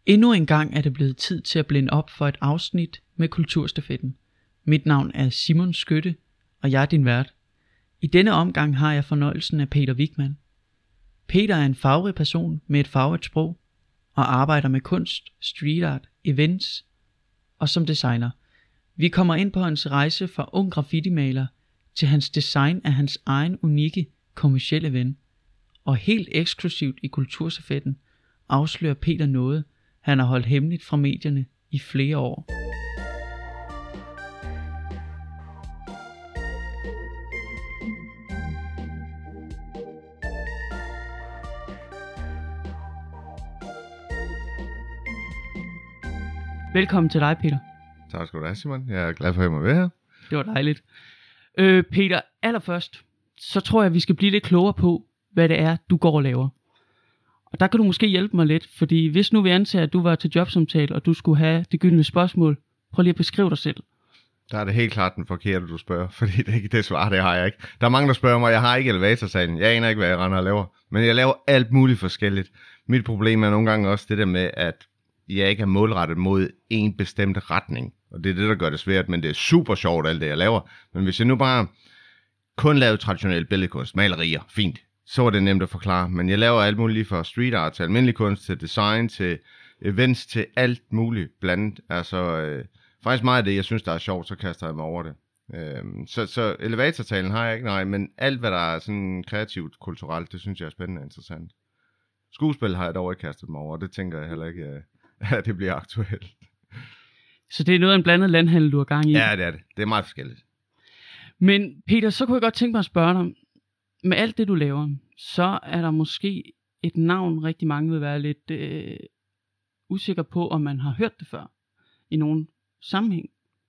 Endnu en gang er det blevet tid til at blinde op for et afsnit med Kulturstafetten. Mit navn er Simon Skytte, og jeg er din vært. I denne omgang har jeg fornøjelsen af Peter Wigman. Peter er en farverig person med et farvet sprog, og arbejder med kunst, street art, events og som designer. Vi kommer ind på hans rejse fra ung graffiti-maler til hans design af hans egen unikke kommercielle ven. Og helt eksklusivt i Kulturstafetten afslører Peter noget, han har holdt hemmeligt fra medierne i flere år. Velkommen til dig, Peter. Tak skal du have, Simon. Jeg er glad for at have mig ved her. Det var dejligt. Peter, allerførst, så tror jeg, vi skal blive lidt klogere på, hvad det er, du går og laver. Og der kan du måske hjælpe mig lidt, fordi hvis nu vi antager, at du var til jobsamtale, og du skulle have det gyldne spørgsmål, prøv lige at beskrive dig selv. Der er det helt klart den forkerte, du spørger, fordi det svar, det har jeg ikke. Der er mange, der spørger mig, jeg har ikke elevatorsalen. Jeg aner ikke, hvad jeg render og laver. Men jeg laver alt muligt forskelligt. Mit problem er nogle gange også det der med, at jeg ikke er målrettet mod en bestemt retning. Og det er det, der gør det svært, men det er super sjovt, alt det, jeg laver. Men hvis jeg nu bare kun laver traditionel billedkunst, malerier, fint, så er det nemt at forklare. Men jeg laver alt muligt lige fra street art til almindelig kunst, til design, til events, til alt muligt blandet. Altså, faktisk meget af det, jeg synes, der er sjovt, så kaster jeg mig over det. Så elevatortalen har jeg ikke, nej, men alt, hvad der er sådan kreativt, kulturelt, det synes jeg er spændende og interessant. Skuespil har jeg dog ikke kastet mig over, det tænker jeg heller ikke, at det bliver aktuelt. Så det er noget af en blandet landhandel, du har gang i? Ja, det er det. Det er meget forskelligt. Men Peter, så kunne jeg godt tænke mig at spørge dig, med alt det, du laver, så er der måske et navn, rigtig mange vil være lidt usikker på, om man har hørt det før i nogen sammenhæng.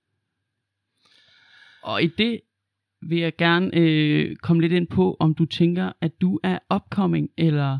Og i det vil jeg gerne komme lidt ind på, om du tænker, at du er upcoming, eller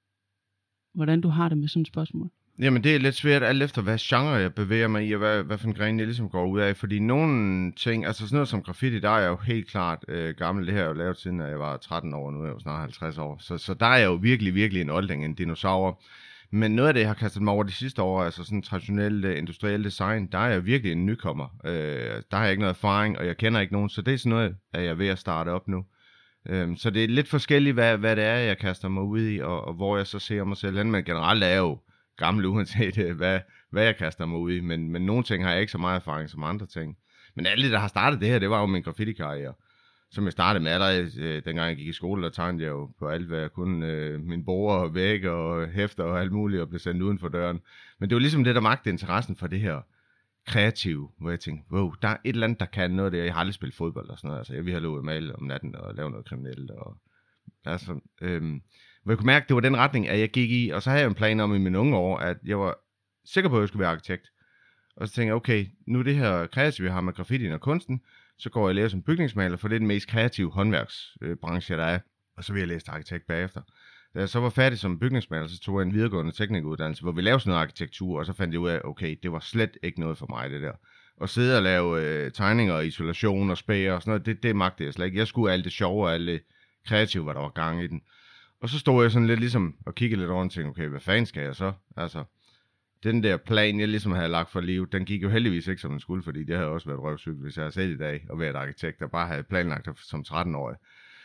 hvordan du har det med sådan et spørgsmål. Jamen det er lidt svært alt efter hvad genre jeg bevæger mig i, og hvad for en gren jeg ligesom går ud af. Fordi nogle ting, altså sådan noget som graffiti, der er jeg jo helt klart gammel. Det her jeg jo lavet siden jeg var 13 år, nu er jeg jo snart 50 år. Så der er jeg jo virkelig en olding, en dinosaur. Men noget af det, jeg har kastet mig over de sidste år, altså sådan traditionel industriel design, der er jeg virkelig en nykommer. Der har jeg ikke noget erfaring, og jeg kender ikke nogen, så det er sådan noget, at jeg er ved at starte op nu. Så det er lidt forskelligt, hvad det er, jeg kaster mig ud i, og hvor jeg så ser mig selv hen. Men generelt er jeg jo gammel, uanset hvad jeg kaster mig ud i. Men nogle ting har jeg ikke så meget erfaring som andre ting. Men alt det, der har startet det her, det var jo min graffiti-karriere. Som jeg startede med allerede, dengang jeg gik i skole, der tegnede jeg jo på alt, hvad jeg kunne. Mine borde og vægge og hæfter og alt muligt, og blev sendt uden for døren. Men det var ligesom det, der magtede interessen for det her kreative, hvor jeg tænkte, wow, der er et eller andet, der kan noget der. Jeg har aldrig spillet fodbold og sådan noget. Altså, jeg ville have lovet male om natten og lave noget kriminelt. Og, altså, hvor jeg kunne mærke, at det var den retning, at jeg gik i. Og så havde jeg en plan om i mine unge år, at jeg var sikker på, at jeg skulle være arkitekt. Og så tænkte jeg, okay, nu det her kreative, jeg har med graffitien og kunsten, så går jeg og lærer som bygningsmaler, for det er den mest kreative håndværksbranche, der er. Og så vil jeg læse arkitekt bagefter. Da jeg så var færdig som bygningsmaler, så tog jeg en videregående teknikuddannelse, hvor vi lavede sådan noget arkitektur, og så fandt jeg ud af, okay, det var slet ikke noget for mig, det der. Og sidde og lave tegninger, isolation og spæger og sådan noget, det magtede jeg slet ikke. Jeg skulle alt det sjove og alt det kreative, hvad der var gang i den. Og så stod jeg sådan lidt ligesom og kiggede lidt rundt og tænkte, okay, hvad fanden skal jeg så? Altså, den der plan, jeg ligesom havde lagt for livet, den gik jo heldigvis ikke som den skulle, fordi det havde også været røvsygt, hvis jeg havde set i dag og været arkitekt, der bare havde planlagt det som 13-årig.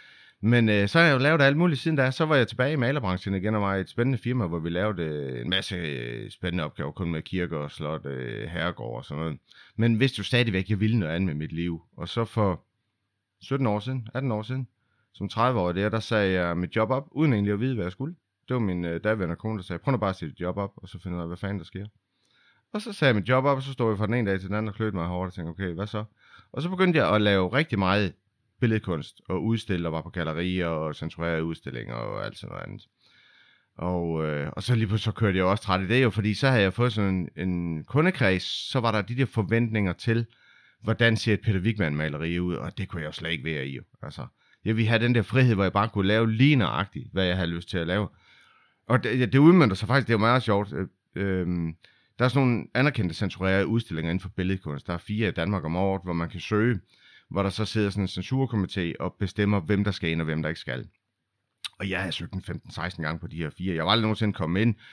Men så har jeg jo lavet alt muligt siden da. Så var jeg tilbage i malerbranchen igen og var i et spændende firma, hvor vi lavede en masse spændende opgaver, kun med kirker og slot, herregård og sådan noget. Men vidste jo stadigvæk, at jeg ville noget andet med mit liv. Og så for 18 år siden, som 30-årig der sagde jeg mit job op, uden egentlig at vide, hvad jeg skulle. Det var min daværende kone, der sagde, prøv nu bare at sætte dit job op, og så finder jeg ud af, hvad fanden der sker. Og så sagde jeg mit job op, og så stod jeg fra den ene dag til den anden og klødte mig hårdt og tænkte, okay, hvad så? Og så begyndte jeg at lave rigtig meget billedkunst og udstille og var på gallerier og censurerede udstillinger og alt sådan noget andet. Og så lige pludselig så kørte jeg også træt i det jo, fordi så havde jeg fået sådan en kundekreds, så var der de der forventninger til, hvordan ser et Peter Wigman maleri ud, og det kunne jeg jo slet ikke være i. Altså, jeg ville have den der frihed, hvor jeg bare kunne lave lige nøjagtigt, hvad jeg havde lyst til at lave. Og det udmønter sig faktisk, det er jo meget sjovt. Der er sådan nogle anerkendte censurerede udstillinger inden for billedkunst. Der er 4 i Danmark om året, hvor man kan søge, hvor der så sidder sådan en censurkomité og bestemmer, hvem der skal ind og hvem der ikke skal. Og jeg har søgt en 15-16 gange på de her 4. Jeg var aldrig nogensinde kommet ind,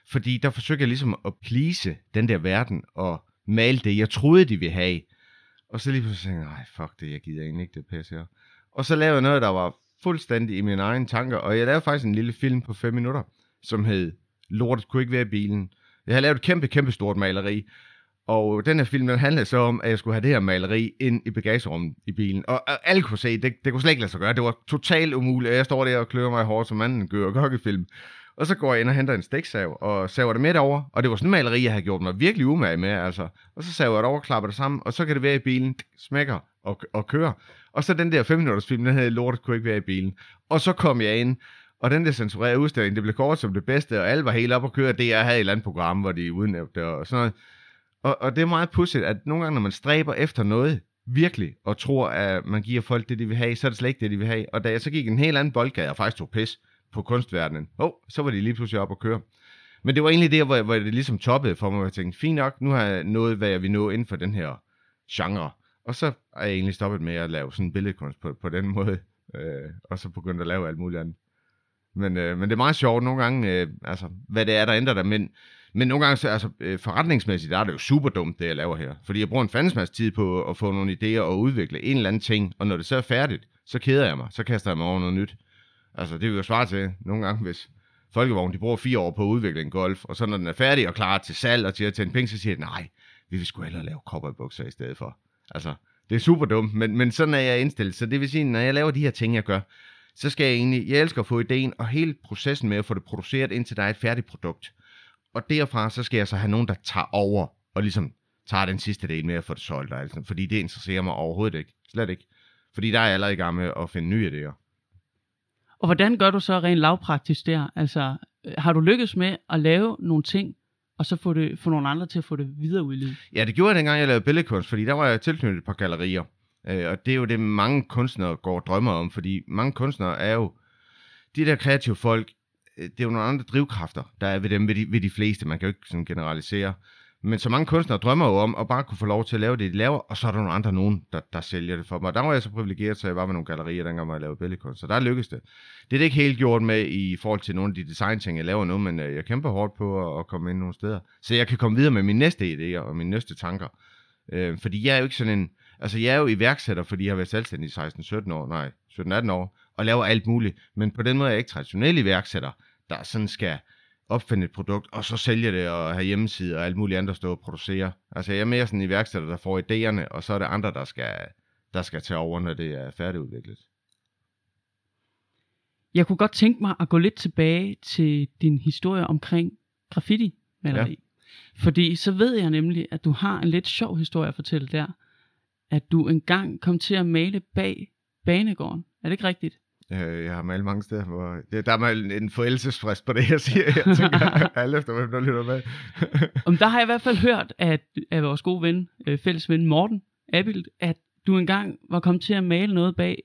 Fordi der forsøgte jeg ligesom at please den der verden, og male det, jeg troede, de ville have. Og så lige pludselig tænkte jeg, nej, fuck det, jeg gider egentlig ikke det pisse her. Og så lavede jeg noget, der var fuldstændig i mine egne tanker, og jeg lavede faktisk en lille film på 5 minutter, som hed Lortet kunne ikke være i bilen. Jeg havde lavet et kæmpe stort maleri, og den her film, den handlede så om, at jeg skulle have det her maleri ind i bagagerummet i bilen. Og alle kunne se, det kunne slet ikke lade sig gøre. Det var totalt umuligt, og jeg står der og klør mig i hårdt, som manden gør gokkefilm. Og så går jeg ind og henter en stiksav, og saver det midt over. Og det var sådan en maleri, jeg havde gjort mig virkelig umage med, altså. Og så saver jeg det over, klapper det sammen, og så kan det være i bilen, smækker og kører. Og så den der 5-minutters film, den havde lortet kunne ikke være i bilen. Og så kom jeg ind, og den der censurerede udstilling, det blev kort som det bedste, og alle var helt op at køre. Det jeg havde et eller andet program, hvor de udnævnte det og sådan noget. Og det er meget pudsigt, at nogle gange, når man stræber efter noget, virkelig, og tror, at man giver folk det, de vil have, så er det slet ikke det, de vil have. Og da jeg så gik en helt anden boldgade, og faktisk tog pis på kunstverdenen, så var de lige pludselig op at køre. Men det var egentlig det, hvor det ligesom toppede for mig, og jeg tænkte, fint nok, nu har jeg nået, hvad jeg vil nå inden for den her genre. Og så er jeg egentlig stoppet med at lave sådan en billedkunst på den måde, og så begyndt at lave alt muligt andet. Men det er meget sjovt nogle gange, altså, hvad det er, der ændrer dig, men nogle gange, altså, forretningsmæssigt, der er det jo super dumt, det jeg laver her. Fordi jeg bruger en fandens masse tid på at få nogle idéer og udvikle en eller anden ting, og når det så er færdigt, så keder jeg mig, så kaster jeg mig over noget nyt. Altså, det vil jo svare til nogle gange, hvis Folkevogn, de bruger 4 år på at udvikle en Golf, og så når den er færdig og klar til salg og til at tjene penge, så siger de, nej, vi vil sgu hellere lave cowboybukser i stedet for. Altså, det er super dumt, men sådan er jeg indstillet. Så det vil sige, når jeg laver de her ting, jeg gør, så skal jeg elsker at få ideen og hele processen med at få det produceret, indtil der er et færdigt produkt. Og derfra, så skal jeg så have nogen, der tager over, og ligesom tager den sidste del med at få det solgt, altså, fordi det interesserer mig overhovedet ikke. Slet ikke. Fordi der er jeg allerede i gang med at finde nye idéer. Og hvordan gør du så rent lavpraktisk der? Altså, har du lykkes med at lave nogle ting, og så få nogle andre til at få det videre udledet? Ja, det gjorde jeg dengang, jeg lavede billedkunst, fordi der var jeg tilknyttet et par gallerier. Og det er jo det, mange kunstnere går og drømmer om, fordi mange kunstnere er jo, de der kreative folk, det er jo nogle andre drivkræfter, der er ved dem, ved de fleste. Man kan jo ikke sådan generalisere. Men så mange kunstnere drømmer jo om at bare kunne få lov til at lave det, de laver, og så er der nogle andre der sælger det for mig. Og der var jeg så privilegeret, så jeg var med nogle gallerier, dengang jeg lavede billedkunst. Så der lykkedes det. Det er det ikke helt gjort med i forhold til nogle af de designting, jeg laver nu, men jeg kæmper hårdt på at komme ind nogle steder. Så jeg kan komme videre med mine næste idéer og mine næste tanker. Fordi jeg er jo ikke sådan en... Altså, jeg er jo iværksætter, fordi jeg har været selvstændig i 17-18 år, og laver alt muligt. Men på den måde er jeg ikke traditionel iværksætter, der sådan skal opfinde et produkt, og så sælge det, og have hjemmeside, og alt muligt andet, der står og producere. Altså, jeg er mere sådan en iværksætter, der får idéerne, og så er det andre, der skal tage over, når det er færdigudviklet. Jeg kunne godt tænke mig at gå lidt tilbage til din historie omkring graffiti-maleri. Ja. Fordi så ved jeg nemlig, at du har en lidt sjov historie at fortælle der, at du engang kom til at male bag banegården. Er det ikke rigtigt? Jeg har malet mange steder, hvor der er en forældelsesfrist på det, jeg siger. Jeg tænker, alle efter, hvem der lytter med. Der har jeg i hvert fald hørt af vores gode ven, fælles ven Morten Abild, at du engang var kommet til at male noget bag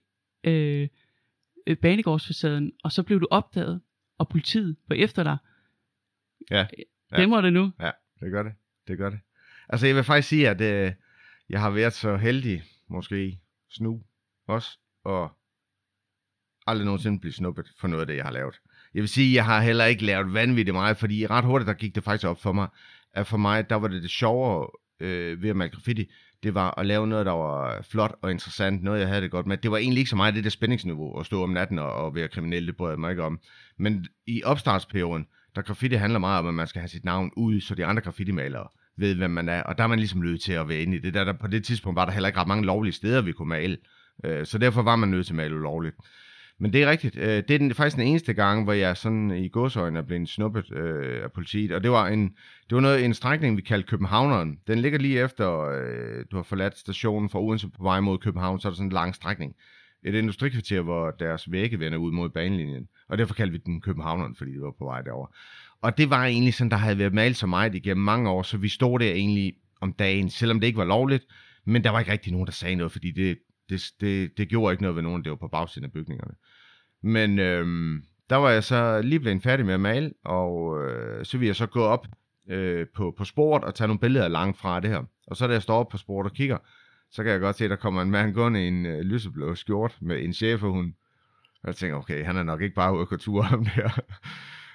banegårdsfacaden, og så blev du opdaget, og politiet var efter dig. Ja. Glemmer det nu? Ja, det gør det. Altså, jeg vil faktisk sige, at jeg har været så heldig, måske snu også, og aldrig nogensinde blive snuppet for noget af det, jeg har lavet. Jeg vil sige, at jeg har heller ikke lavet vanvittigt meget, fordi ret hurtigt, der gik det faktisk op for mig, at for mig, der var det sjovere ved at male graffiti, det var at lave noget, der var flot og interessant, noget jeg havde det godt med. Det var egentlig ikke så meget det der spændingsniveau, at stå om natten og være kriminel, det brød jeg mig ikke om. Men i opstartsperioden, der graffiti handler meget om, at man skal have sit navn ud, så de andre graffiti-malere ved, hvem man er, og der er man ligesom nødt til at være inde i det. Der på det tidspunkt var der heller ikke ret mange lovlige steder, vi kunne male, så derfor var man nødt til at male ulovligt. Men det er rigtigt. Det er faktisk den eneste gang, hvor jeg sådan i gåseøjne er blevet snuppet af politiet. Og det var en strækning, vi kaldte Københavneren. Den ligger lige efter, du har forladt stationen fra Odense på vej mod København, så er der sådan en lang strækning. Et industrikvarter, hvor deres vægge vender ud mod banelinjen. Og derfor kaldte vi den Københavneren, fordi det var på vej derover. Og det var egentlig sådan, der havde været malet så meget igennem mange år, så vi stod der egentlig om dagen, selvom det ikke var lovligt. Men der var ikke rigtig nogen, der sagde noget, fordi det gjorde ikke noget ved nogen, det var på bagsiden af bygningerne. Men der var jeg så lige blevet færdig med at male, og så vil jeg så gå op på sporet og tage nogle billeder langt fra det her. Og så da jeg står op på sporet og kigger, så kan jeg godt se, at der kommer en mand gående i en lyseblå skjort med en schæferhund. Og jeg tænker, okay, han er nok ikke bare ude at gå tur om det her.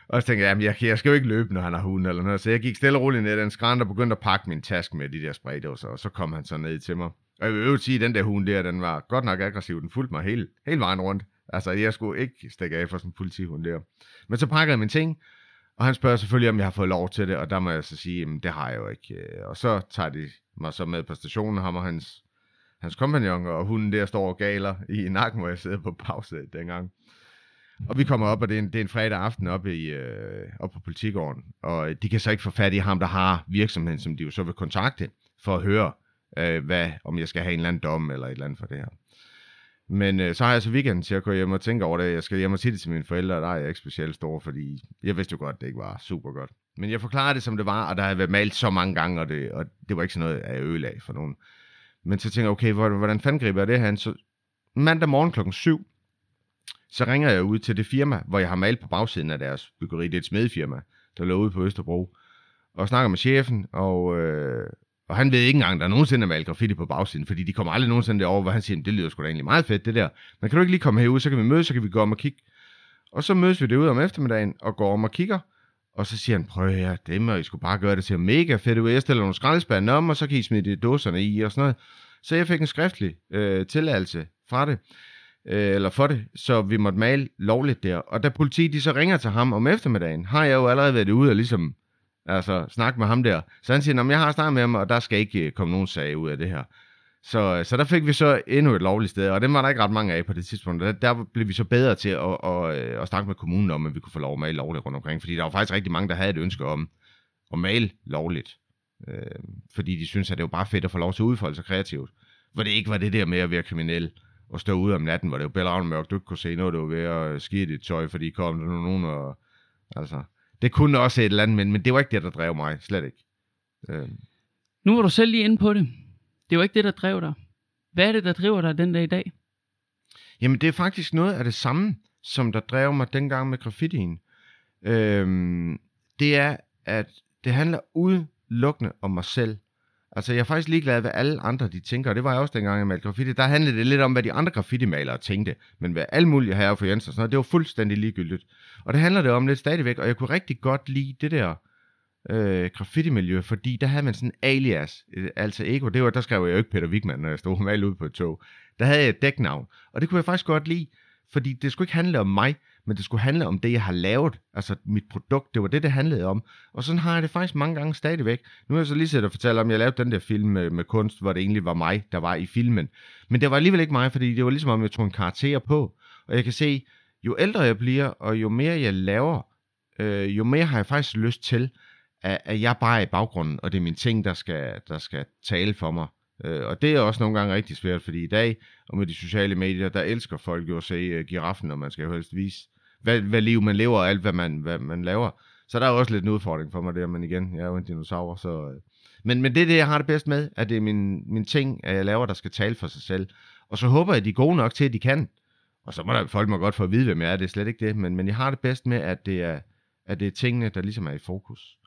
Og så tænkte jeg, jamen jeg skal jo ikke løbe, når han har hund eller noget. Så jeg gik stille og roligt ned den skrænt og begyndte at pakke min taske med de der spraydåser. Og så kom han så ned til mig. Og jeg vil jo sige, at den der hund der, den var godt nok aggressiv. Den fulgte mig hele vejen rundt. Altså, jeg skulle ikke stikke af for sådan en politihund der. Men så pakkede jeg mine ting, og han spørger selvfølgelig, om jeg har fået lov til det. Og der må jeg så sige, jamen det har jeg jo ikke. Og så tager de mig så med på stationen, ham og hans kompagnon, og hunden der står og galer i nakken, hvor jeg sidder på bagsædet dengang. Og vi kommer op, og det er en fredag aften op på politigården. Og de kan så ikke få fat i ham, der har virksomheden, som de jo så vil kontakte, for at høre, om jeg skal have en eller anden dom, eller et eller andet for det her. Men så har jeg så weekenden til at gå hjem og tænke over det. Jeg skal hjem og sige det til mine forældre, og der er jeg ikke specielt stor, fordi jeg vidste jo godt, det ikke var super godt. Men jeg forklarede det, som det var, og der havde været malet så mange gange, og det var ikke sådan noget, jeg ødelagde for nogen. Men så tænker jeg, okay, hvordan fanden griber jeg det her? Så mandag morgen 7:00, så ringer jeg ud til det firma, hvor jeg har malet på bagsiden af deres byggeri. Det er et smedefirma, der lå ude på Østerbro. Og snakker med chefen, og han ved ikke engang, der nogensinde er malet graffiti på bagsiden, fordi de kommer aldrig nogensinde derover, hvor han siger, det lyder sgu da egentlig meget fedt, det der. Men kan du ikke lige komme herud, så kan vi mødes, så kan vi gå om og kigge. Og så mødes vi derude om eftermiddagen, og går om og kigger. Og så siger han, prøv her, det må I sgu bare gøre, det ser mega fedt ud. Jeg stiller nogle skraldespande om, og så kan I smide de dåserne i og sådan noget. Så jeg fik en skriftlig tilladelse fra det. Eller for det, så vi måtte male lovligt der. Og da politiet de så ringer til ham om eftermiddagen, har jeg jo allerede været ude og ligesom snakke med ham der. Så han siger, jeg har snakket med ham, og der skal ikke komme nogen sag ud af det her. Så der fik vi så endnu et lovligt sted, og dem var der ikke ret mange af på det tidspunkt. Der blev vi så bedre til at snakke med kommunen om, at vi kunne få lov at male lovligt rundt omkring, fordi der var faktisk rigtig mange, der havde et ønske om at male lovligt. Fordi de synes, at det var bare fedt at få lov til at udfolde sig kreativt. Hvor det ikke var det der med at være kriminel og stå ude om natten, hvor det var bælragende mørkt, du ikke kunne se noget, du var ved at skide dit tøj, fordi kom der nogen og... Altså, det kunne også et eller andet, men det var ikke det, der drev mig, slet ikke. Nu var du selv lige inde på det. Det var ikke det, der drev dig. Hvad er det, der driver dig den dag i dag? Jamen, det er faktisk noget af det samme, som der drev mig dengang med graffitien. Det er, at det handler udelukkende om mig selv. Altså, jeg er faktisk ligeglad, hvad alle andre de tænker, og det var jeg også dengang, jeg malte graffiti. Der handlede det lidt om, hvad de andre graffiti-malere tænkte, men hvad alle mulige her for Jens og sådan noget, det var fuldstændig ligegyldigt. Og det handler det om lidt stadigvæk, og jeg kunne rigtig godt lide det der graffiti-miljø, fordi der havde man sådan en alias, altså ego. Det var, der skrev jeg jo ikke Peter Wigman, når jeg stod og malede ud på et tog. Der havde jeg et dæknavn, og det kunne jeg faktisk godt lide, fordi det skulle ikke handle om mig, men det skulle handle om det, jeg har lavet, altså mit produkt, det var det handlede om. Og sådan har jeg det faktisk mange gange stadigvæk. Nu har jeg så lige set og fortælle om, at jeg lavede den der film med kunst, hvor det egentlig var mig, der var i filmen. Men det var alligevel ikke mig, fordi det var ligesom om, jeg tog en karakter på. Og jeg kan se, jo ældre jeg bliver, og jo mere jeg laver, jo mere har jeg faktisk lyst til, at jeg bare er i baggrunden, og det er mine ting, der skal tale for mig. Og det er også nogle gange rigtig svært, fordi i dag, og med de sociale medier, der elsker folk jo at se giraffen, og man skal jo helst vise, hvad liv man lever, og alt hvad man laver. Så der er også lidt en udfordring for mig der, men igen, jeg er jo en dinosaur, så... Men det er det, jeg har det bedst med, at det er min ting, at jeg laver, der skal tale for sig selv. Og så håber jeg, at de er gode nok til, at de kan. Og så må der folk godt få at vide, hvem jeg er, det er slet ikke det, men jeg har det bedst med, at det er tingene, der ligesom er i fokus.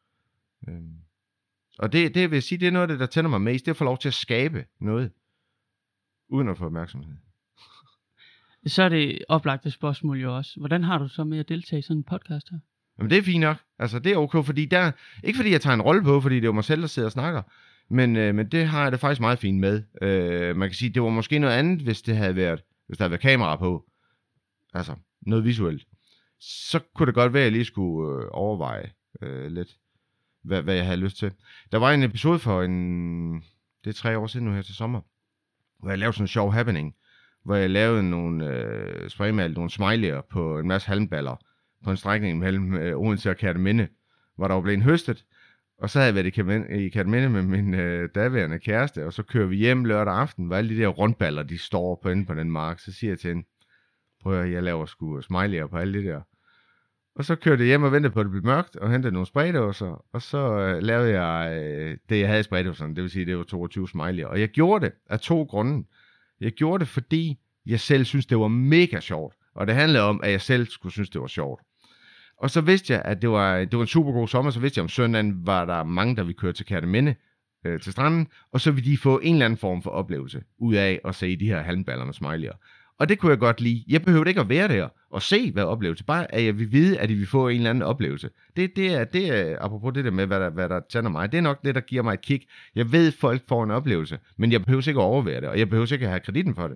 Og det vil jeg sige, det er noget af det, der tænder mig mest, det er at få lov til at skabe noget, uden at få opmærksomhed. Så er det oplagte spørgsmål jo også. Hvordan har du så med at deltage i sådan en podcast her? Jamen det er fint nok. Altså det er okay, fordi ikke fordi jeg tager en rolle på, fordi det er jo mig selv, der sidder og snakker, men det har jeg det faktisk meget fint med. Man kan sige, det var måske noget andet, hvis der havde været kamera på. Altså noget visuelt. Så kunne det godt være, at jeg lige skulle overveje lidt, hvad jeg havde lyst til. Der var en episode for det er 3 år siden nu her til sommer, hvor jeg lavede sådan en sjov happening, hvor jeg lavede nogle spraymalte, nogle smiley'er på en masse halmballer på en strækning mellem Odense og Kerteminde, hvor der var blevet høstet. Og så havde jeg været i Kerteminde med min daværende kæreste, og så kører vi hjem lørdag aften, hvor alle de der rundballer, de står på den mark. Så siger jeg til hende, prøv at jeg laver sgu smiley'er på alle det der. Og så kørte jeg hjem og ventede på, at det blev mørkt, og hentede nogle spraydåser, og så lavede jeg det, jeg havde i spraydåserne, det vil sige, det var 22 smiley'er. Og jeg gjorde det af 2 grunde. Jeg gjorde det, fordi jeg selv synes det var mega sjovt, og det handlede om, at jeg selv skulle synes, det var sjovt. Og så vidste jeg, at det var en super god sommer, så vidste jeg, om søndagen var der mange, der ville køre til Kerteminde, til stranden, og så ville de få en eller anden form for oplevelse ud af at se de her halmballer med smiley'er. Og det kunne jeg godt lide. Jeg behøvede ikke at være der og se, hvad oplevelse. Bare at jeg vil vide, at de vil få en eller anden oplevelse. Det er apropos det der med, hvad der tænder mig. Det er nok det, der giver mig et kick. Jeg ved, at folk får en oplevelse, men jeg behøver ikke at overvære det, og jeg behøver ikke at have kreditten for det.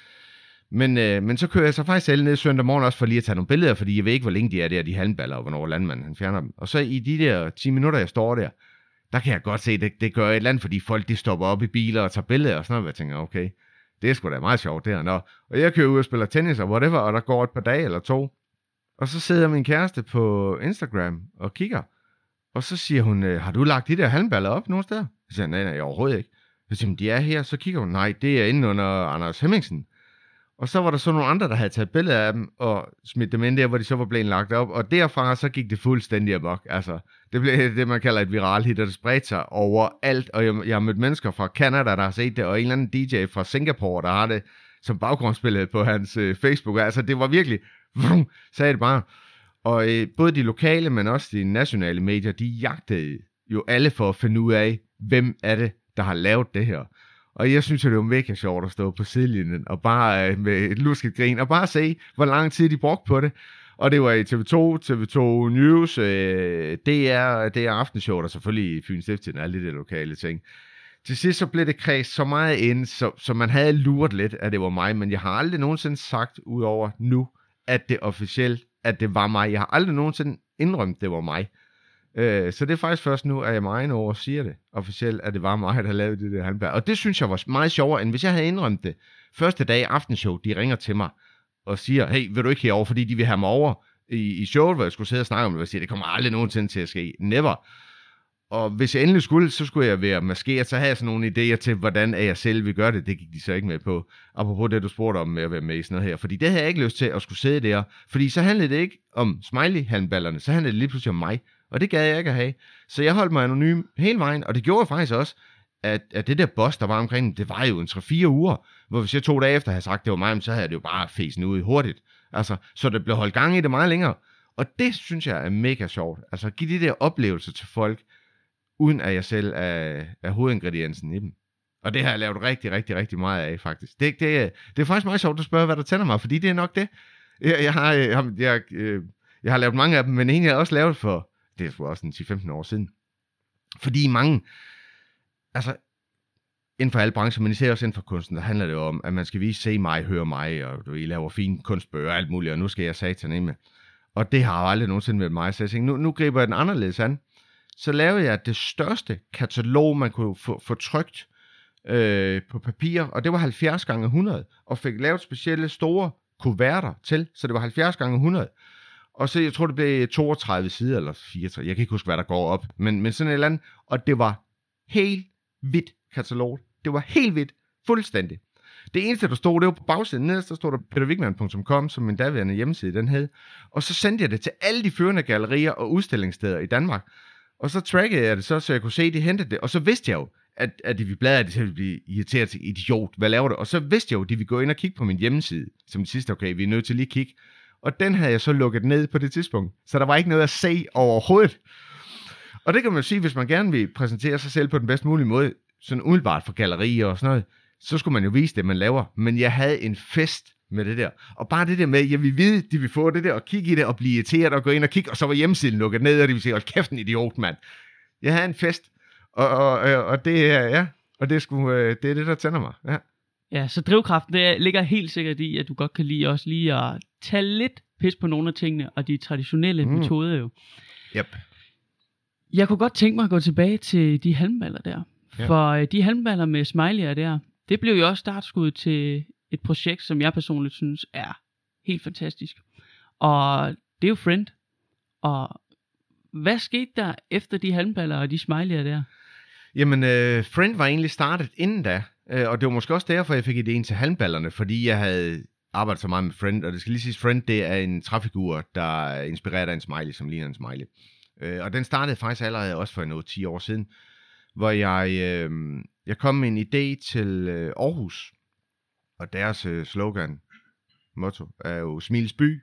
Men så kører jeg så faktisk selv ned søndag morgen også for lige at tage nogle billeder, fordi jeg ved ikke, hvor længe de er der, de halmballer, og hvornår landmanden han fjerner dem. Og så i de der 10 minutter, jeg står der kan jeg godt se, det gør et eller andet, fordi folk de stopper op i biler og tager billeder og sådan noget, og jeg tænker, okay, det er sgu da meget sjovt der. Nå. Og jeg kører ud og spiller tennis og whatever, og der går et par dage eller 2. Og så sidder min kæreste på Instagram og kigger, og så siger hun, har du lagt de der halmballer op nogen steder? Jeg siger, nej, overhovedet ikke. Jeg siger, de er her. Så kigger hun, nej, det er inde under Anders Hemmingsen. Og så var der så nogle andre, der havde taget billeder af dem, og smidt dem ind der, hvor de så var blevet lagt op. Og derfra så gik det fuldstændig amok. Altså, det blev det, man kalder et viral hit, og det spredte sig overalt. Og jeg har mødt mennesker fra Canada, der har set det, og en eller anden DJ fra Singapore, der har det som baggrundsbillede på hans Facebook. Altså, det var virkelig, sagde det bare. Og både de lokale, men også de nationale medier, de jagtede jo alle for at finde ud af, hvem er det, der har lavet det her. Og jeg synes, det var mega sjovt at stå på sidelinjen, og bare med et lusket grin, og bare se, hvor lang tid de brugte på det. Og det var i TV2 News, DR Aftenshowet, og selvfølgelig i Fyns Stiftstidende, og alle de lokale ting. Til sidst så blev det kreds så meget ind, så man havde luret lidt, at det var mig, men jeg har aldrig nogensinde sagt, udover nu, at det officielt, at det var mig. Jeg har aldrig nogensinde indrømt, at det var mig. Så det er faktisk først nu, at jeg med egne ord siger det officielt, at det var mig, der lavede det der halmballer. Og det synes jeg var meget sjovere, end hvis jeg havde indrømt det. Første dag i Aftenshow, de ringer til mig og siger, hey, vil du ikke herover, fordi de vil have mig over i showet, hvor jeg skulle sidde og snakke om det, og jeg siger, det kommer aldrig nogensinde til at ske. Never. Og hvis jeg endelig skulle, så skulle jeg være maskeret, så havde jeg sådan nogle idéer til, hvordan jeg selv vil gøre det. Det gik de så ikke med på. Apropos det, du spurgte om med at være med i sådan noget her. Fordi det havde jeg ikke lyst til at skulle sidde der. Fordi så handlede det ikke om smiley-halmballerne, så handlede det lige pludselig om mig. Og det gad jeg ikke at have. Så jeg holdt mig anonym hele vejen, og det gjorde faktisk også, at det der boss, der var omkring, det var jo en 3-4 uger, hvor hvis jeg 2 dage efter havde sagt, det var mig, så havde det jo bare fæsen ud hurtigt. Altså, så det blev holdt gang i det meget længere. Og det synes jeg er mega sjovt. Altså, give de der oplevelser til folk, uden at jeg selv er hovedingrediensen i dem. Og det har jeg lavet rigtig, rigtig, rigtig meget af, faktisk. Det er faktisk meget sjovt at spørge, hvad der tænder mig, fordi det er nok det. Jeg har lavet mange af dem, men en jeg har også lavet for, det er sgu også 10-15 år siden. Fordi mange, altså inden for alle brancher, men især også inden for kunsten, der handler det om, at man skal vise, se mig, høre mig, og I laver fine kunstbøger og alt muligt, og nu skal jeg satan ind med. Og det har jo aldrig nogensinde været mig, så jeg tænkte, nu griber jeg den anderledes an. Så lavede jeg det største katalog, man kunne få trykt på papir, og det var 70x100, og fik lavet specielle store kuverter til, så det var 70x100. Og så jeg tror, det blev 32 sider, eller 34, jeg kan ikke huske, hvad der går op, men sådan et eller andet, og det var helt hvidt katalog. Det var helt hvidt, fuldstændig. Det eneste, der stod, det var på bagsiden. Nederst, der stod der peterwigman.com, som min daværende hjemmeside, den hed. Og så sendte jeg det til alle de førende gallerier og udstillingssteder i Danmark. Og så trackede jeg det så jeg kunne se, at de hentede det. Og så vidste jeg jo, at de ville bladre det til at blive irriteret til idiot. Hvad laver det? Og så vidste jeg jo, at de ville gå ind og kigge på min hjemmeside. Som det sidste, okay, vi er nødt til lige at kigge. Og den havde jeg så lukket ned på det tidspunkt. Så der var ikke noget at se overhovedet. Og det kan man sige, hvis man gerne vil præsentere sig selv på den bedst mulige måde, sådan umiddelbart for gallerier og sådan noget, så skulle man jo vise det, man laver. Men jeg havde en fest med det der. Og bare det der med, jeg vil vide, de vil få det der, og kigge i det, og blive irriteret, og gå ind og kigge, og så var hjemmesiden lukket ned, og de vil sige, hold kæft, en idiot, mand. Jeg havde en fest, og det er, ja, og det er det, der tænder mig, ja. Ja, så drivkraften, det ligger helt sikkert i, at du godt kan lide også lige at tage lidt pis på nogle af tingene, og de traditionelle metoder jo. Yep. Jeg kunne godt tænke mig at gå tilbage til de halmballer der. Ja. For de halmballer med smiley'er der, det blev jo også startskud til et projekt, som jeg personligt synes er helt fantastisk. Og det er jo Friend. Og hvad skete der efter de halmballer og de smiley'er der? Jamen, Friend var egentlig startet inden da. Og det var måske også derfor, jeg fik idéen til halmballerne, fordi jeg havde arbejdet så meget med Friend. Og det skal lige siges, Friend, det er en træfigur, der er inspireret af en smiley, som ligner en smiley. Og den startede faktisk allerede også for 10 år siden, hvor jeg kom med en idé til Aarhus. Og deres slogan, motto, er jo Smiles by.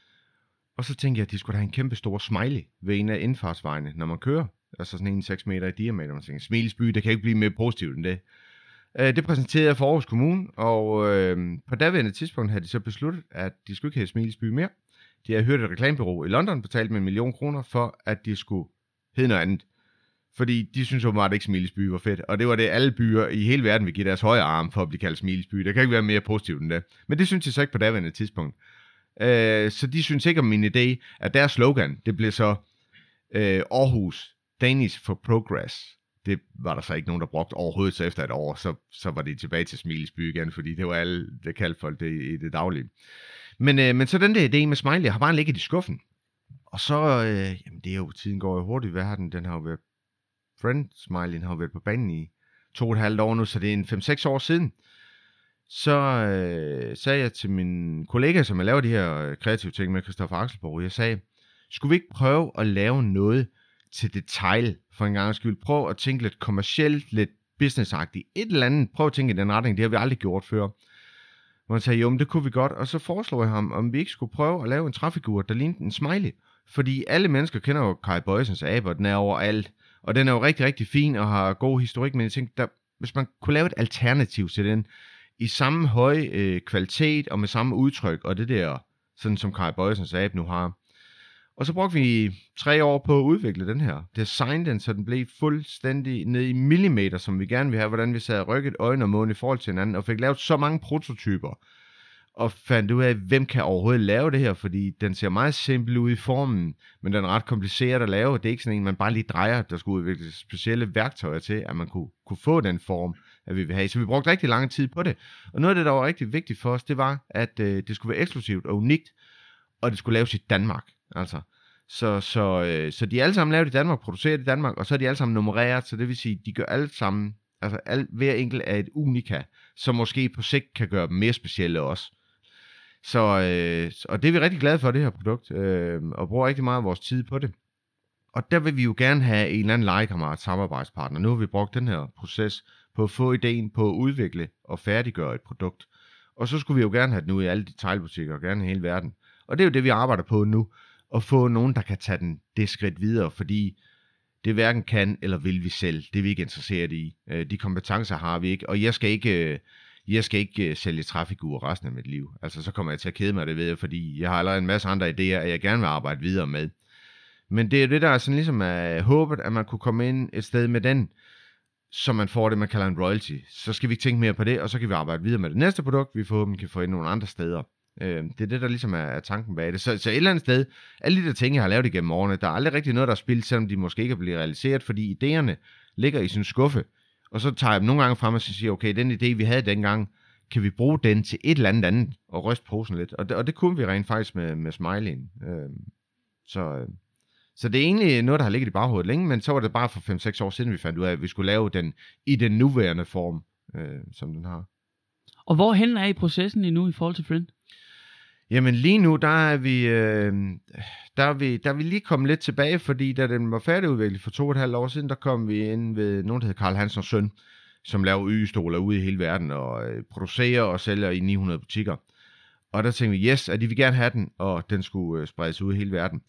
Og så tænkte jeg, at de skulle have en kæmpe stor smiley ved en af indfartsvejene, når man kører. Altså sådan en 6 meter i diameter. Man tænker, Smiles by, det kan ikke blive mere positivt end det. Det præsenterede jeg for Aarhus Kommune, og på daværende tidspunkt havde de så besluttet, at de skulle ikke have Smilesby mere. De havde hørt et reklamebureau i London betalt med 1 million kroner for, at de skulle hedde noget andet. Fordi de synes åbenbart ikke, Smilesby var fedt. Og det var det, alle byer i hele verden vil give deres højre arm for at blive kaldt Smilesby. Det kan ikke være mere positivt end det. Men det synes de så ikke på daværende tidspunkt. Så de synes ikke om min idé, at deres slogan, det blev så Aarhus Danish for Progress. Det var der så ikke nogen, der brugte overhovedet, så efter et år, så var det tilbage til Smilesby igen, fordi det var alle, der kaldte folk det i det daglige. Men så den der idé med Smiley har bare ligget i skuffen. Og så, jamen det er jo, tiden går jo hurtigt, hvad har den har jo været, Friend Smiley har jo været på banen i 2,5 år nu, så det er en 5-6 år siden. Så sagde jeg til min kollega, som jeg laver de her kreative ting med, Christoffer Axelborg, jeg sagde, skulle vi ikke prøve at lave noget til detail for en gang skyld? Prøv at tænke lidt kommercielt, lidt businessagtigt, et eller andet, prøv at tænke i den retning, det har vi aldrig gjort før. Hvor han sagde, jo, men det kunne vi godt, og så foreslog jeg ham, om vi ikke skulle prøve at lave en træfigur, der lignede en smiley. Fordi alle mennesker kender jo Kai Boysens aber, den er overalt, og den er jo rigtig, rigtig fin og har god historik, men jeg tænkte, hvis man kunne lave et alternativ til den, i samme høje kvalitet og med samme udtryk, og det der, sådan som Kai Boysens abe nu har. Og så brugte vi 3 år på at udvikle den her. Design den, så den blev fuldstændig ned i millimeter, som vi gerne vil have, hvordan vi sad rykket øjne og mund i forhold til hinanden, og fik lavet så mange prototyper. Og fandt ud af, hvem kan overhovedet lave det her, fordi den ser meget simpel ud i formen, men den er ret kompliceret at lave. Det er ikke sådan en, man bare lige drejer, der skulle udvikle specielle værktøjer til, at man kunne få den form, at vi vil have. Så vi brugte rigtig lang tid på det. Og noget af det, der var rigtig vigtigt for os, det var, at det skulle være eksklusivt og unikt, og det skulle laves i Danmark. Altså. Så de er alle sammen lavet i Danmark, produceret i Danmark, og så er de alle sammen nummereret, så det vil sige, de gør alle sammen, altså hver enkelt er et unika, som måske på sigt kan gøre dem mere specielle også. Så, og det er vi rigtig glade for, det her produkt, og bruger rigtig meget af vores tid på det. Og der vil vi jo gerne have en eller anden legekammerat, samarbejdspartner. Nu har vi brugt den her proces på at få ideen på at udvikle og færdiggøre et produkt. Og så skulle vi jo gerne have den ud i alle detailbutikker, og gerne i hele verden. Og det er jo det, vi arbejder på nu, at få nogen, der kan tage det skridt videre, fordi det hverken kan eller vil vi selv. Det er vi ikke interesseret i. De kompetencer har vi ikke, og jeg skal ikke sælge træfigurer resten af mit liv. Altså, så kommer jeg til at kede mig, det ved jeg, fordi jeg har allerede en masse andre idéer, jeg gerne vil arbejde videre med. Men det er det, der er sådan ligesom håbet, at man kunne komme ind et sted med den, så man får det, man kalder en royalty. Så skal vi ikke tænke mere på det, og så kan vi arbejde videre med det næste produkt, vi forhåbentlig kan få ind nogle andre steder. Det er det, der ligesom er tanken bag det. Så et eller andet sted, alle de der ting, jeg har lavet igennem årene, der er aldrig rigtig noget, der er spildt, selvom de måske ikke er blevet realiseret, fordi idéerne ligger i sin skuffe. Og så tager jeg dem nogle gange frem og siger, okay, den idé, vi havde dengang, kan vi bruge den til et eller andet, og ryste posen lidt. Og det kunne vi rent faktisk med Smiley'en. Så det er egentlig noget, der har ligget i baghovedet længe, men så var det bare for 5-6 år siden, vi fandt ud af, at vi skulle lave den i den nuværende form, som den har. Og hvorhen er I processen endnu i forhold til Friend? Jamen lige nu, der er vi lige kommet lidt tilbage, fordi da den var færdigudviklet for 2,5 år siden, der kom vi ind ved nogen, der hedder Carl Hansens Søn, som laver ygestoler ude i hele verden og producerer og sælger i 900 butikker. Og der tænkte vi, yes, at de vil gerne have den, og den skulle spredes ud i hele verden.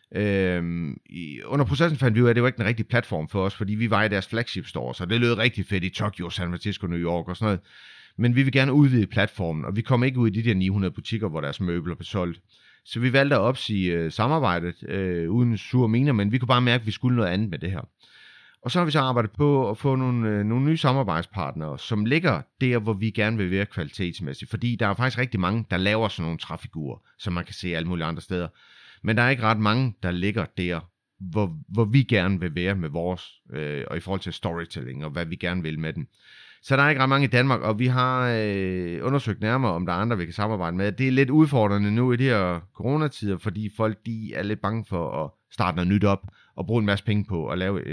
Under processen fandt vi ud af, at det var ikke den rigtige platform for os, fordi vi var i deres flagship store, så det lød rigtig fedt i Tokyo, San Francisco, New York og sådan noget. Men vi vil gerne udvide platformen, og vi kom ikke ud i de der 900 butikker, hvor deres møbler blev solgt. Så vi valgte at opsige samarbejdet uden sur miner, men vi kunne bare mærke, at vi skulle noget andet med det her. Og så har vi så arbejdet på at få nogle nye samarbejdspartnere, som ligger der, hvor vi gerne vil være kvalitetsmæssigt. Fordi der er faktisk rigtig mange, der laver sådan nogle træfigurer, som man kan se alle mulige andre steder. Men der er ikke ret mange, der ligger der, hvor vi gerne vil være med vores, og i forhold til storytelling, og hvad vi gerne vil med den. Så der er ikke ret mange i Danmark, og vi har undersøgt nærmere, om der er andre, vi kan samarbejde med. Det er lidt udfordrende nu i de her coronatider, fordi folk de er lidt bange for at starte noget nyt op, og bruge en masse penge på at lave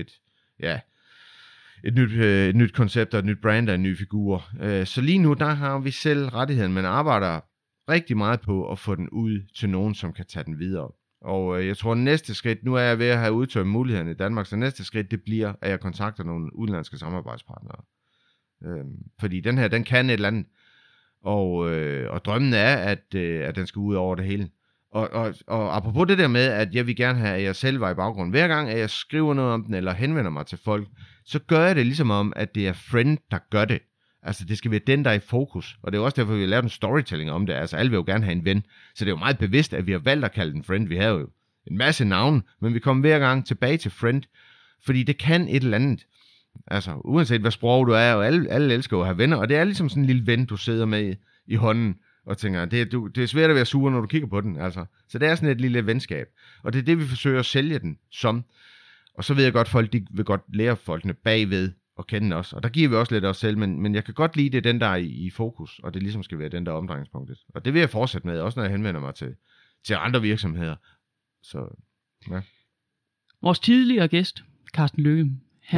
et nyt koncept og et nyt brand og en ny figur. Så lige nu, der har vi selv rettigheden, men arbejder rigtig meget på at få den ud til nogen, som kan tage den videre. Og jeg tror, næste skridt, nu er jeg ved at have udtømt mulighederne i Danmark, så næste skridt, det bliver, at jeg kontakter nogle udenlandske samarbejdspartnere. Fordi den her, den kan et eller andet, og drømmen er, at den skal ud over det hele. Og apropos det der med, at jeg vil gerne have, at jeg selv var i baggrunden. Hver gang, at jeg skriver noget om den, eller henvender mig til folk, så gør jeg det ligesom om, at det er Friend, der gør det. Altså, det skal være den, der er i fokus. Og det er også derfor, vi har lavet en storytelling om det. Altså, alle vil jo gerne have en ven. Så det er jo meget bevidst, at vi har valgt at kalde den friend. Vi har jo en masse navne, men vi kommer hver gang tilbage til friend. Fordi det kan et eller andet. Altså, uanset hvad sprog du er, og alle elsker jo at have venner. Og det er ligesom sådan en lille ven, du sidder med i hånden. Og tænker, det er svært at være sur, når du kigger på den. Altså. Så det er sådan et lille venskab. Og det er det, vi forsøger at sælge den som. Og så ved jeg godt, folk de vil godt lære folkene bagved at kende os. Og der giver vi også lidt os selv, men jeg kan godt lide, det er den, der er i fokus. Og det ligesom skal være den, der er omdrejningspunktet. Og det vil jeg fortsætte med, også når jeg henvender mig til andre virksomheder. Så, ja. Vores tidligere gæst, Carsten Lykke,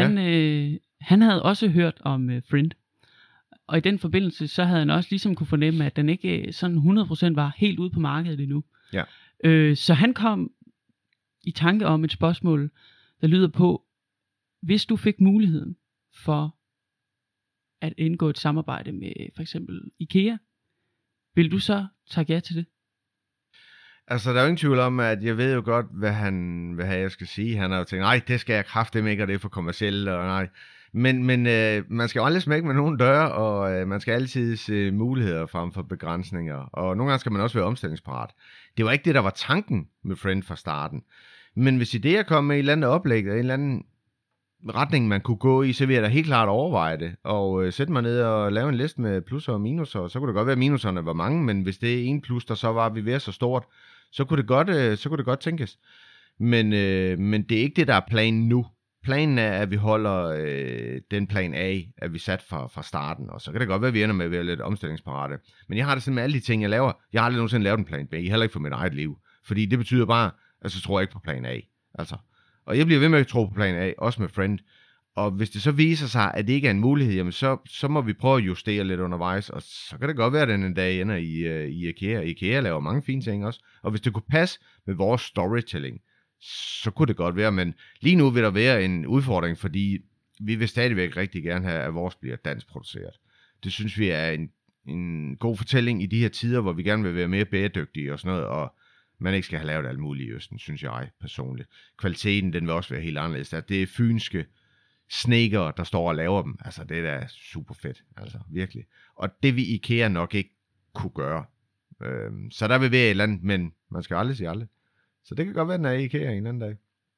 han havde også hørt om Friend. Og i den forbindelse, så havde han også ligesom kunne fornemme, at den ikke sådan 100% var helt ude på markedet endnu. Ja. Så han kom i tanke om et spørgsmål, der lyder på, hvis du fik muligheden for at indgå et samarbejde med for eksempel IKEA, vil du så tage ja til det? Altså, der er jo ingen tvivl om, at jeg ved jo godt, hvad jeg skal sige. Han har jo tænkt, nej, det skal jeg kraftedeme ikke, og det er for kommercielt, og nej. Men man skal jo aldrig smække med nogen døre, og man skal altid se muligheder frem for begrænsninger. Og nogle gange skal man også være omstillingsparat. Det var ikke det, der var tanken med Friend fra starten. Men hvis idéer kom med et eller andet oplæg, og en eller anden retning, man kunne gå i, så vil jeg da helt klart overveje det. Og sætte mig ned og lave en liste med plusser og minuser. Så kunne det godt være, at minuserne var mange, men hvis det er en plus, der så var vi ved så stort, så kunne det godt tænkes. Men det er ikke det, der er planen nu. Planen er, at vi holder den plan A, at vi sat fra starten, og så kan det godt være, at vi ender med at være lidt omstillingsparate. Men jeg har det sådan med alle de ting, jeg laver. Jeg har aldrig nogensinde lavet en plan B, heller ikke for mit eget liv. Fordi det betyder bare, at så tror jeg ikke på plan A. Altså. Og jeg bliver ved med at tro på plan A, også med Friend. Og hvis det så viser sig, at det ikke er en mulighed, jamen så må vi prøve at justere lidt undervejs, og så kan det godt være, at den en dag ender i IKEA. IKEA laver mange fine ting også. Og hvis det kunne passe med vores storytelling, så kunne det godt være, men lige nu vil der være en udfordring, fordi vi vil stadigvæk rigtig gerne have, at vores bliver dansk produceret. Det synes vi er en god fortælling i de her tider, hvor vi gerne vil være mere bæredygtige og sådan noget, og man ikke skal have lavet alt muligt i Østen, synes jeg personligt. Kvaliteten, den vil også være helt anderledes. Det er fynske snedkere, der står og laver dem. Altså, det er da super fedt, altså virkelig. Og det vil IKEA nok ikke kunne gøre. Så der vil være et eller andet, men man skal aldrig sige aldrig. Så det kan godt være, den er i IKEA en anden dag.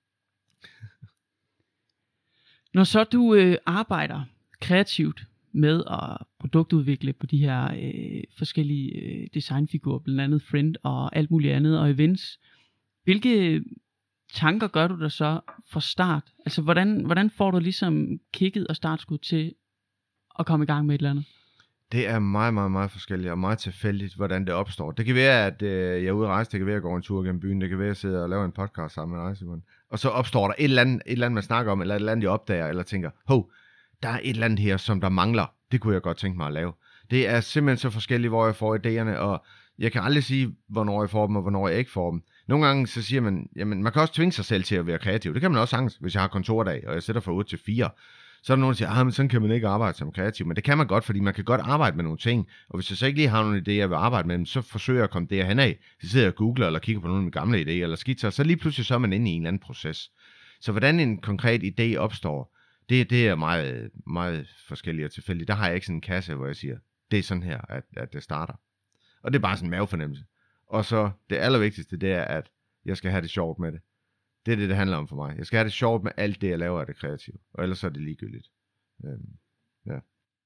Når så du arbejder kreativt med at produktudvikle på de her forskellige designfigurer, blandt andet Friend og alt muligt andet, og events, hvilke tanker gør du der så fra start? Altså, hvordan får du ligesom kicket og startskud til at komme i gang med et eller andet? Det er meget, meget, meget forskelligt og meget tilfældigt, hvordan det opstår. Det kan være, at jeg er ude at rejse, det kan være, at jeg går en tur gennem byen, det kan være, at jeg sidder og laver en podcast sammen med dig, Simon. Og så opstår der et eller andet, man snakker om, eller et eller andet, jeg opdager, eller tænker, der er et eller andet her, som der mangler. Det kunne jeg godt tænke mig at lave. Det er simpelthen så forskelligt, hvor jeg får idéerne, og jeg kan aldrig sige, hvornår jeg får dem, og hvornår jeg ikke får dem. Nogle gange så siger man, jamen man kan også tvinge sig selv til at være kreativ. Det kan man også sagtens, hvis jeg har kontordag, og jeg sætter fra 8 til 4. Så er der nogen, der siger, men sådan kan man ikke arbejde som kreativ. Men det kan man godt, fordi man kan godt arbejde med nogle ting. Og hvis jeg så ikke lige har nogle idéer, jeg vil arbejde med dem, så forsøger jeg at komme derhen af. Så sidder jeg og googler, eller kigger på nogle af mine gamle idéer, eller skitser. Så lige pludselig så er man inde i en eller anden proces. Så hvordan en konkret idé opstår, det er meget, meget forskelligt og tilfældigt. Der har jeg ikke sådan en kasse, hvor jeg siger, det er sådan her, at det starter. Og det er bare sådan en mavefornemmelse. Og så det allervigtigste, det er, at jeg skal have det sjovt med det. Det er det handler om for mig. Jeg skal have det sjovt med alt det, jeg laver af det kreative. Og ellers er det ligegyldigt. Ja.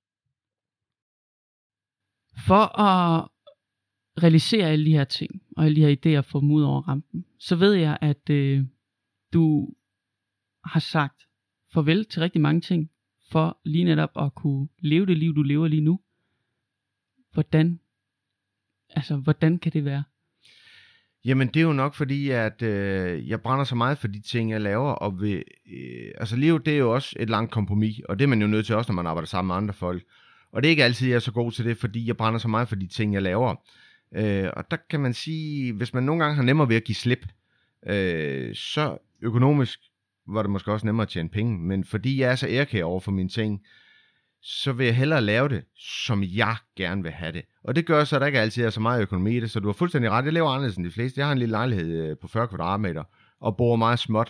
For at realisere alle de her ting, og alle de her idéer, få dem ud over rampen, så ved jeg, at du har sagt farvel til rigtig mange ting, for lige netop at kunne leve det liv, du lever lige nu. Hvordan kan det være? Jamen det er jo nok fordi, at jeg brænder så meget for de ting, jeg laver, og livet det er jo også et langt kompromis, og det er man jo nødt til også, når man arbejder sammen med andre folk. Og det er ikke altid, jeg er så god til det, fordi jeg brænder så meget for de ting, jeg laver. Og der kan man sige, hvis man nogle gange har nemmere ved at give slip, så økonomisk var det måske også nemmere at tjene penge, men fordi jeg er så ærkær over for mine ting, så vil jeg hellere lave det, som jeg gerne vil have det. Og det gør så, at der ikke altid er så meget økonomi i det, så du har fuldstændig ret. Jeg lever anderledes end de fleste. Jeg har en lille lejlighed på 40 kvadratmeter, og bor meget småt.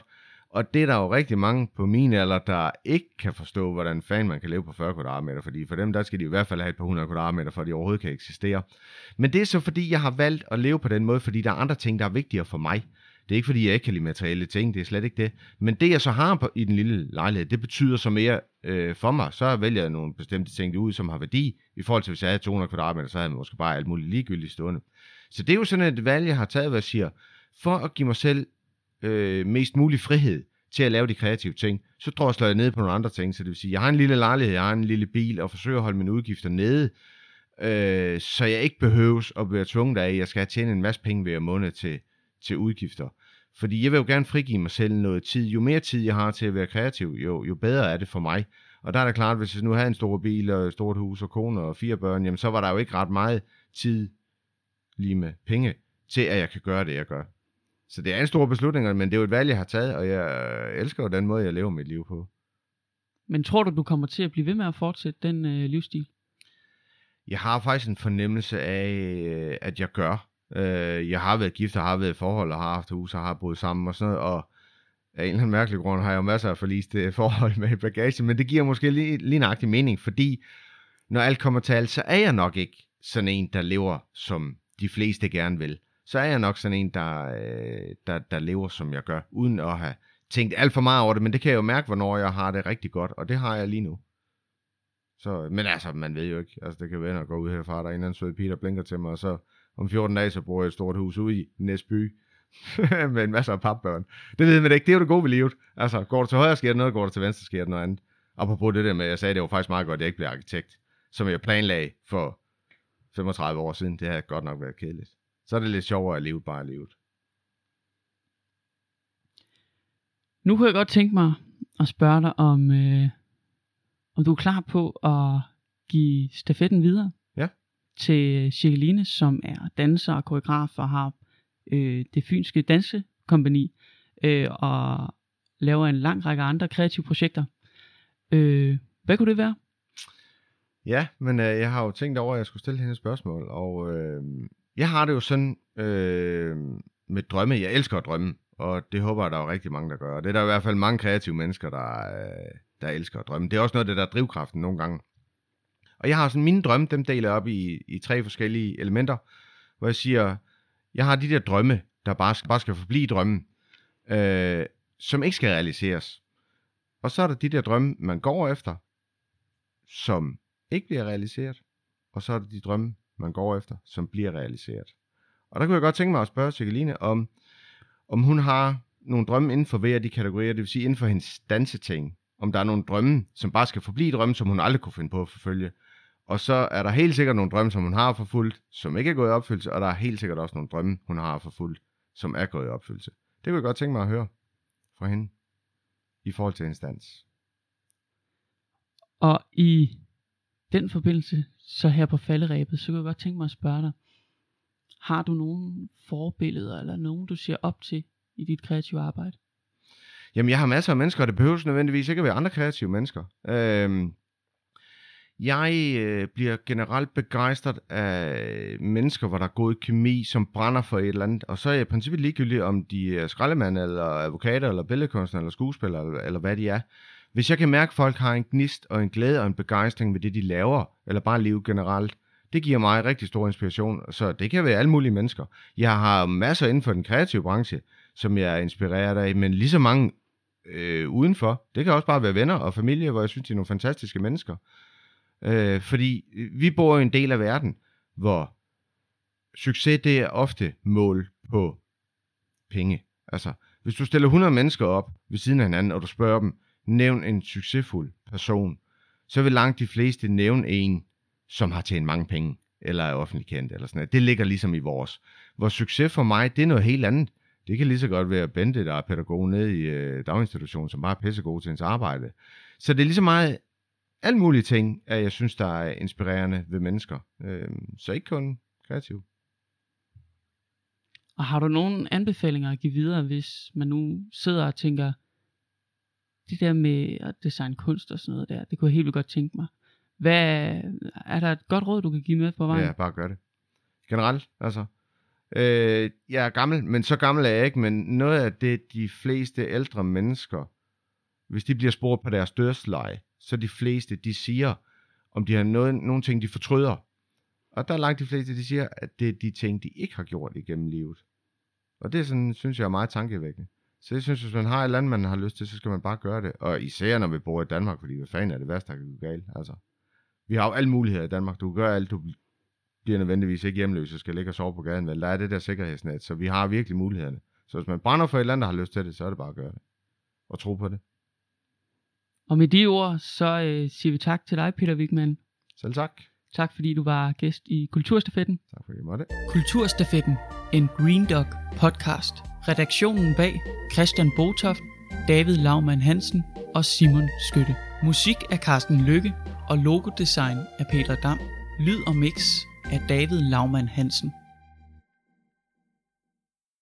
Og det er der jo rigtig mange på min alder, der ikke kan forstå, hvordan fanden man kan leve på 40 kvadratmeter, fordi for dem, der skal de i hvert fald have et par 100 kvadratmeter, for at de overhovedet kan eksistere. Men det er så fordi, jeg har valgt at leve på den måde, fordi der er andre ting, der er vigtigere for mig. Det er ikke fordi, jeg ikke kan lide materielle ting, det er slet ikke det. Men det, jeg så har i den lille lejlighed, det betyder så mere for mig. Så vælger jeg nogle bestemte ting ud, som har værdi. I forhold til, hvis jeg havde 200 kvadratmeter, så havde jeg måske bare alt muligt ligegyldigt stående. Så det er jo sådan et valg, jeg har taget, hvad jeg siger, for at give mig selv mest mulig frihed til at lave de kreative ting, så drosler jeg ned på nogle andre ting. Så det vil sige, jeg har en lille lejlighed, jeg har en lille bil, og forsøger at holde mine udgifter nede, så jeg ikke behøves at være tvunget af, at jeg skal tjene en masse penge hver måned til udgifter. Fordi jeg vil jo gerne frigive mig selv noget tid. Jo mere tid jeg har til at være kreativ, jo bedre er det for mig. Og der er det klart, at hvis jeg nu havde en stor bil, og et stort hus, og kone og 4 børn, jamen så var der jo ikke ret meget tid lige med penge til, at jeg kan gøre det, jeg gør. Så det er en stor beslutning, men det er jo et valg, jeg har taget, og jeg elsker jo den måde, jeg lever mit liv på. Men tror du kommer til at blive ved med at fortsætte den livsstil? Jeg har faktisk en fornemmelse af, at jeg gør. Jeg har været gift, og har været i forhold, og har haft hus, og har boet sammen og sådan noget, og af en eller anden mærkelig grund har jeg jo masser af forliste forhold med bagage, men det giver måske lige nøjagtig mening, fordi når alt kommer til alt, så er jeg nok ikke sådan en, der lever, som de fleste gerne vil. Så er jeg nok sådan en, der lever, som jeg gør, uden at have tænkt alt for meget over det, men det kan jeg jo mærke, hvornår jeg har det rigtig godt, og det har jeg lige nu. Så, men altså, man ved jo ikke, altså det kan være, når jeg går ud herfra, der er en eller anden sød pige, der blinker til mig, og så om 14 dage, så bor jeg et stort hus ude i Næsby, med en masse af papbørn. Det ved man ikke, det er jo det gode ved livet. Altså, går du til højre, sker der noget, går du til venstre, sker der noget andet. Apropos det der med, jeg sagde, det var faktisk meget godt, at jeg ikke blev arkitekt, som jeg planlagde for 35 år siden. Det har godt nok været kedeligt. Så er det lidt sjovere at leve bare livet. Nu kunne jeg godt tænke mig at spørge dig, om du er klar på at give stafetten videre til Cirkeline, som er danser og koreograf og har det fynske dansekompagni og laver en lang række andre kreative projekter. Hvad kunne det være? Ja, men jeg har jo tænkt over, at jeg skulle stille hende et spørgsmål, og jeg har det jo sådan med drømme. Jeg elsker at drømme, og det håber jeg, der er rigtig mange, der gør. Og det er der i hvert fald mange kreative mennesker, der elsker at drømme. Det er også noget af det, der er drivkraften nogle gange. Og jeg har sådan mine drømme, dem deler op i 3 forskellige elementer, hvor jeg siger, jeg har de der drømme, der bare skal forblive drømme, som ikke skal realiseres. Og så er der de der drømme, man går efter, som ikke bliver realiseret. Og så er der de drømme, man går efter, som bliver realiseret. Og der kunne jeg godt tænke mig at spørge Cirkeline, om hun har nogle drømme inden for hver af de kategorier, det vil sige inden for hendes danseting. Om der er nogle drømme, som bare skal forblive drømme, som hun aldrig kunne finde på at forfølge. Og så er der helt sikkert nogle drømme, som hun har forfulgt, som ikke er gået i opfyldelse. Og der er helt sikkert også nogle drømme, hun har forfulgt, som er gået i opfyldelse. Det kunne jeg godt tænke mig at høre fra hende i forhold til hendes dans. Og i den forbindelse, så her på falderæbet, så kunne jeg godt tænke mig at spørge dig, har du nogle forbilleder, eller nogen du ser op til i dit kreative arbejde? Jamen, jeg har masser af mennesker, og det behøves nødvendigvis ikke at være andre kreative mennesker. Jeg bliver generelt begejstret af mennesker, hvor der er god kemi, som brænder for et eller andet. Og så er jeg i princippet ligegyldigt, om de er skraldemand, eller advokater, eller billedkunstner, eller skuespillere, eller hvad de er. Hvis jeg kan mærke, at folk har en gnist og en glæde og en begejstring ved det, de laver, eller bare liv generelt, det giver mig rigtig stor inspiration. Så det kan være alle mulige mennesker. Jeg har masser inden for den kreative branche, som jeg er inspireret af, men lige så mange udenfor. Det kan også bare være venner og familie, hvor jeg synes, de er nogle fantastiske mennesker. Fordi vi bor i en del af verden, hvor succes, det er ofte mål på penge. Altså, hvis du stiller 100 mennesker op ved siden af hinanden, og du spørger dem, nævn en succesfuld person, så vil langt de fleste nævne en, som har tjent mange penge, eller er offentlig kendt, eller sådan noget. Det ligger ligesom i vores. Hvor succes for mig, det er noget helt andet. Det kan lige så godt være Bente, der er pædagog nede i daginstitutionen, som bare er pissegod til hendes arbejde. Så det er lige så meget alle mulige ting, at jeg synes, der er inspirerende ved mennesker. Så ikke kun kreativ. Og har du nogle anbefalinger at give videre, hvis man nu sidder og tænker, det der med at designe kunst og sådan noget der, det kunne jeg helt vildt godt tænke mig. Er der et godt råd, du kan give med på vejen? Ja, bare gør det. Generelt, altså. Jeg er gammel, men så gammel er jeg ikke, men noget af det, de fleste ældre mennesker, hvis de bliver spurgt på deres dødsleje, så de fleste, de siger, om de har nogle ting, de fortryder. Og der er langt de fleste, de siger, at det er de ting, de ikke har gjort igennem livet. Og det er sådan, synes jeg er meget tankevækkende. Så jeg synes, hvis man har et eller andet, man har lyst til, så skal man bare gøre det. Og især når vi bor i Danmark, fordi hvad fanden er det værste, der kan gå galt. Altså, vi har jo alle muligheder i Danmark. Du kan gøre alt, du bliver nødvendigvis ikke hjemløs og skal ligge og sove på gaden. Vel, der er det der sikkerhedsnet, så vi har virkelig mulighederne. Så hvis man brænder for et eller andet, der har lyst til det, så er det bare at gøre det. Og tro på det. Og med de ord, så siger vi tak til dig, Peter Wigman. Selv tak. Tak fordi du var gæst i Kulturstafetten. Tak fordi jeg måtte. Kulturstafetten, en Green Dog podcast. Redaktionen bag Christian Botoft, David Laumann Hansen og Simon Skytte. Musik af Carsten Lykke og logodesign af Peter Dam. Lyd og mix af David Laumann Hansen.